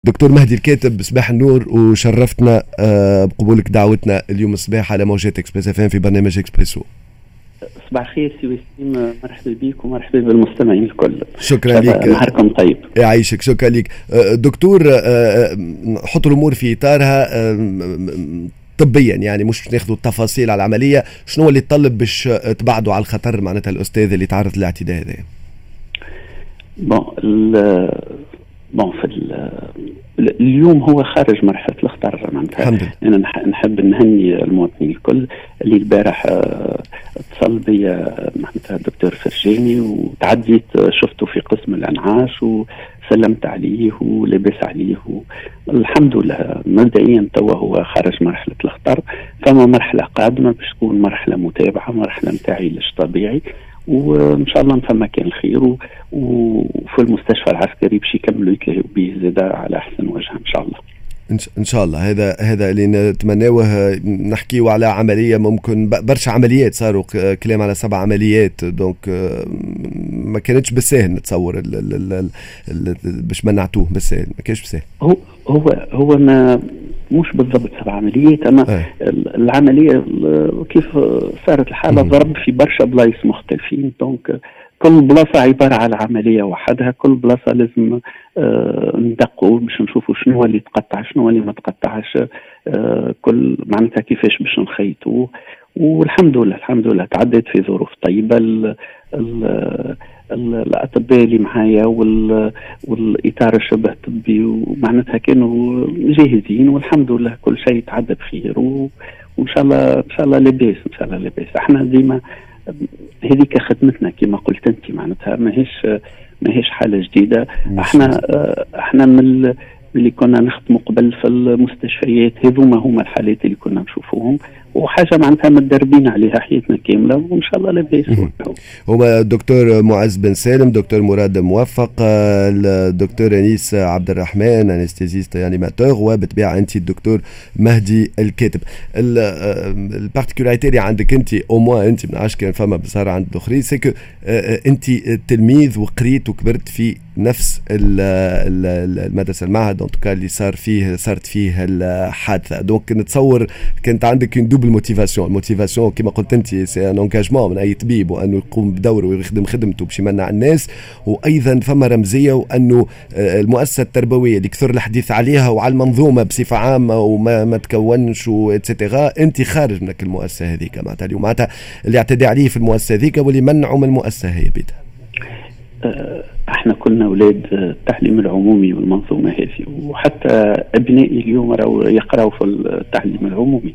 دكتور مهدي الكاتب، صباح النور وشرفتنا بقبولك دعوتنا اليوم الصباح على موجات اكسبريس اف ام في برنامج اكسبريسو. صباح الخير سي وسيم، مرحبا بك ومرحبا بالمستمعين الكل. شكرا لك، نهاركم طيب. يعيشك. شكرا لك دكتور. نحط الامور في اطارها طبيا، يعني مش ناخذوا التفاصيل على العمليه. شنو اللي يطلب باش تبعدوا على الخطر معناتها الاستاذ اللي تعرض للاعتداء هذا؟ في اليوم هو خارج مرحله الخطر معناتها. انا نحب نهني المواطنين الكل اللي البارح اتصل بي معناتها الدكتور فرجاني وتعديت شفته في قسم الانعاش وسلمت عليه ولبس عليه الحمد لله. مبدئيا توا هو خارج مرحله الخطر، فما مرحله قادمه باش تكون مرحله متابعه، مرحله نتاع علاج طبيعي، وان شاء الله نفهم كان الخير. وفي المستشفى العسكري باش يكملوا يتلاهوا به زاده على احسن وجه ان شاء الله. ان شاء الله. هذا اللي نتمناوه. نحكيو على عمليه، ممكن برشا عمليات صاروا، كلام على 7 عمليات، دونك ما كانتش بالسهل نتصور باش منعتوه بالسهل، ما كانش بالسهل. هو ما مش بالضبط 7 عمليات، اما العمليه كيف صارت الحاله ضرب في برشا بلايص مختلفين، دونك كل بلاصه عباره على عمليه وحدها. كل بلاصه لازم ندقوا باش نشوفوا شنو اللي تقطع شنو اللي ما تقطعش، كل معناتها كيفاش باش نخيطوه. والحمد لله تعديت في ظروف طيبه. الاطباء اللي معايا والاطار الشبه الطبي ومعناتها كانوا جاهزين، والحمد لله كل شيء تعدى بخير. وان شاء الله لاباس، ان شاء الله لاباس. احنا ديما هذيك خدمتنا كما قلت انت، معناتها ماهيش حاله جديده. احنا من اللي كنا نخدموا قبل في المستشفيات، هما الحالات اللي كنا نشوفوهم، وحاجه معناتها متدربين عليها حياتنا كامله، وان شاء الله لاباس. هما الدكتور معز بن سالم، دكتور مراد موفق، الدكتور انيس عبد الرحمن انستيزيست انيماتور، وبالطبيعه انت الدكتور مهدي الكاتب. البارتيكولاريتي اللي عندك انت، او موا انت من عاش كان فما بصراحه عند الاخرين، سكو انت تلميذ وقريت وكبرت في نفس المدرسه، المعهد اللي صارت فيه الحادثه. دونك نتصور كانت عندك دوبل الموتيفاسيون كما قلت انت، سي ان انجاجمون من اي طبيب، وانه يقوم بدوره ويخدم خدمته باش يمنع الناس. وايضا فما رمزيه، وانه المؤسسه التربويه اللي كثر الحديث عليها وعلى المنظومه بصفه عامه وما تكونش واتسيتيرا، انت خارج من المؤسسه هذيك معناتها. اليوم معناتها اللي اعتدى عليه في المؤسسه هذيك واللي منعوا من المؤسسه هي بيتها. احنا كنا اولاد التعليم العمومي والمنظومه هذه، وحتى ابنائي اليوم راهو يقراوا في التعليم العمومي.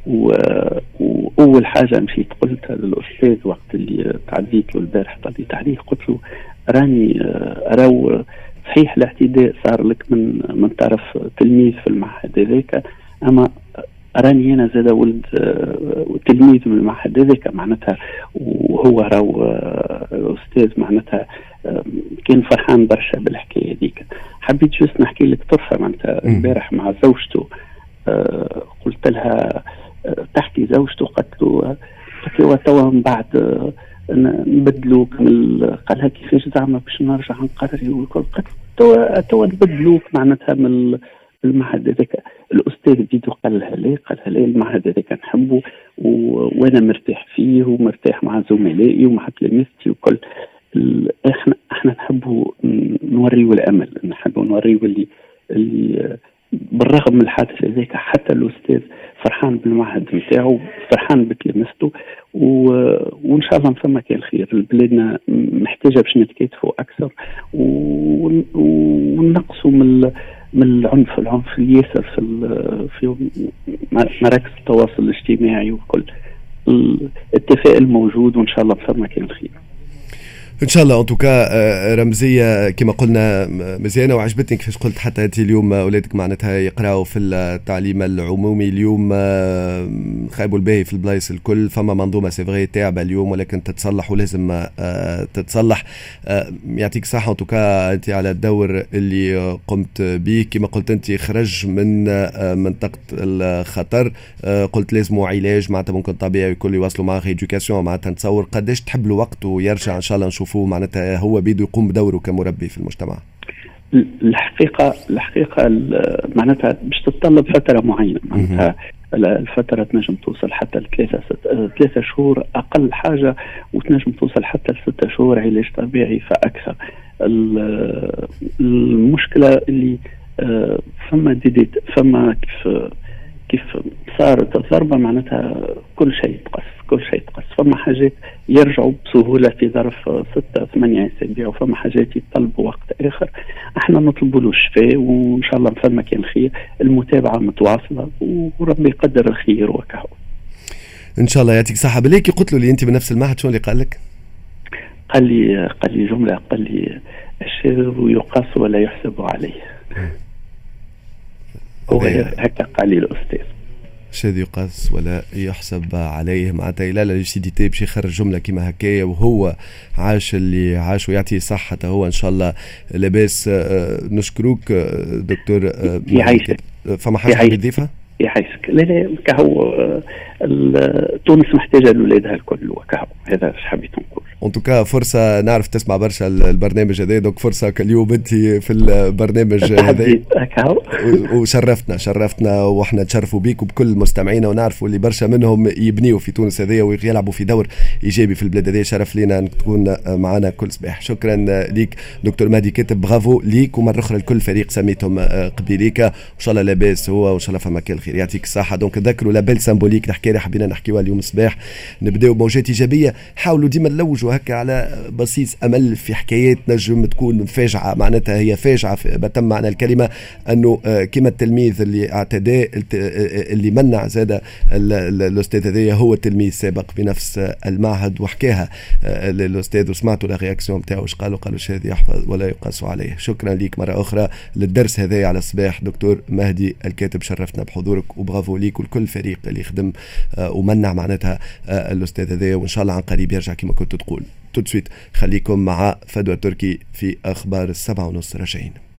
واول حاجه مشيت قلتها للاستاذ وقت اللي تعديت له البارح طليت عليه، قلت له راني راهو صحيح الاعتداء صار لك من طرف تلميذ في المعهد هذاك، اما راني انا زاد ولد تلميذ من المعهد هذاك معناتها، وهو راهو استاذ معناتها كان فرحان برشا بالحكايه هذيك. حبيت جوست نحكي لك طرفه معناتها البارح مع زوجته. قلت لها تحكي زوجته، قالت له توا من بعد نبدلوك. قالها كيفاش زعما باش نرجع نقرري والكل؟ قالت توا نبدلوك معناتها من المعهد هذاك. الاستاذ زيدو قالها ليه المعهد هذاك نحبه وانا مرتاح فيه ومرتاح مع زملائي ومع تلاميذتي وكل. احنا نحبوا نوريو الامل، نحبوا نوريو اللي بالرغم من الحادث هذاك حتى الاستاذ فرحان بالمعهد نتاعو، فرحان بتلامذته، وان شاء الله نفهم كان الخير. بلادنا محتاجه باش نتكاتفوا اكثر وننقصوا من العنف الياسر في مراكز التواصل الاجتماعي وكل. التفاؤل موجود، وان شاء الله نفهم كان الخير ان شاء الله. انتوكا رمزيه كما قلنا مزيانه، وعجبتني كيفاش قلت حتى انت اليوم اولادك معناتها يقراوا في التعليم العمومي. اليوم خايبوا الباهي في البلايص الكل، فما منظومه سي فغي تعبه اليوم ولكن تتصلح ولازم تتصلح. يعطيك الصحه انتوكا انت على الدور اللي قمت به. كما قلت انت خرج من منطقه الخطر، قلت لازم علاج معناتها ممكن طبيعي الكل يواصلوا معاه ايدوكاسيون. معناتها نتصور قداش تحب الوقت ويرجع ان شاء الله نشوفوه معناتها هو بيده يقوم بدوره كمربي في المجتمع. الحقيقه معناتها باش تتطلب فتره معينه، معناتها الفترة تنجم توصل حتى ثلاثة شهور أقل حاجة، وتنجم توصل حتى ل6 شهور علاج طبيعي فأكثر. المشكلة اللي فما كيف صارت الضربة، معناتها كل شيء يتقص. فما حاجات يرجعوا بسهولة في ظرف 6-8 أسابيع، وفما حاجات يطلبوا وقت آخر. احنا نطلبوا له الشفاء، وإن شاء الله فما كان خير. المتابعة متواصلة، وربي يقدر الخير وكهو. إن شاء الله. يعطيك صحة. بليكي قلت له لي أنت من نفس المعهد، شو اللي قال لك؟ قال لي جملة، قال لي الشاذ يقاس ولا يحسب عليه. هو هكا قال لي الأستاذ. الشاذ يقاس ولا يحسب عليه، معناتها لا لوسيديتي باش يخرج جمله كيما هكايا، وهو عاش اللي عاش ويعطيه صحة. هو ان شاء الله لاباس. نشكروك دكتور. يعيشك. فما حاجه تضيفها؟ يعيشك. لا كهو تونس محتاجه لولادها الكل، وكهو هذا اش حبيت نقول. ان توكا فرصه، نعرف تسمع برشا البرنامج هذا، دونك فرصه كاليوم انت في البرنامج هذا، وشرفتنا واحنا نتشرفوا بيك وبكل مستمعينا، ونعرفوا اللي برشا منهم يبنيوا في تونس هذه ويلعبوا في دور ايجابي في البلاد هذه. شرف لينا انك تكون معنا كل صباح. شكرا ليك دكتور مهدي كاتب، برافو ليك ومره اخرى الكل فريق سميتهم قبيليك، وان شاء الله لاباس هو، وان شاء الله فما كل خير. يعطيك الصحه. دونك تذكروا لابيل سامبوليك الحكايه حبينا نحكيوها اليوم الصباح. نبداو بموجات ايجابيه، حاولوا ديما نلوجوا هكا على بصيص امل في حكايات نجم تكون مفاجعه، معناتها هي فاجعه بتم معنى الكلمه، انه كما التلميذ اللي اعتدى اللي منع زاد الاستاذ هذايا هو تلميذ سابق بنفس المعهد، وحكاها الاستاذ وسمعتوا لا رياكسيون نتاعو واش قالوا الشاذ يحفظ ولا يقاس عليه. شكرا ليك مره اخرى للدرس هذايا على الصباح دكتور مهدي الكاتب، شرفتنا بحضورك، وبرافو ليك والكل فريق اللي يخدم ومنع معناتها الاستاذ هذايا، وان شاء الله عن قريب يرجع كما كنت تقول. تو سويت خليكم مع فدوى تركي في اخبار 7:30 راجعين.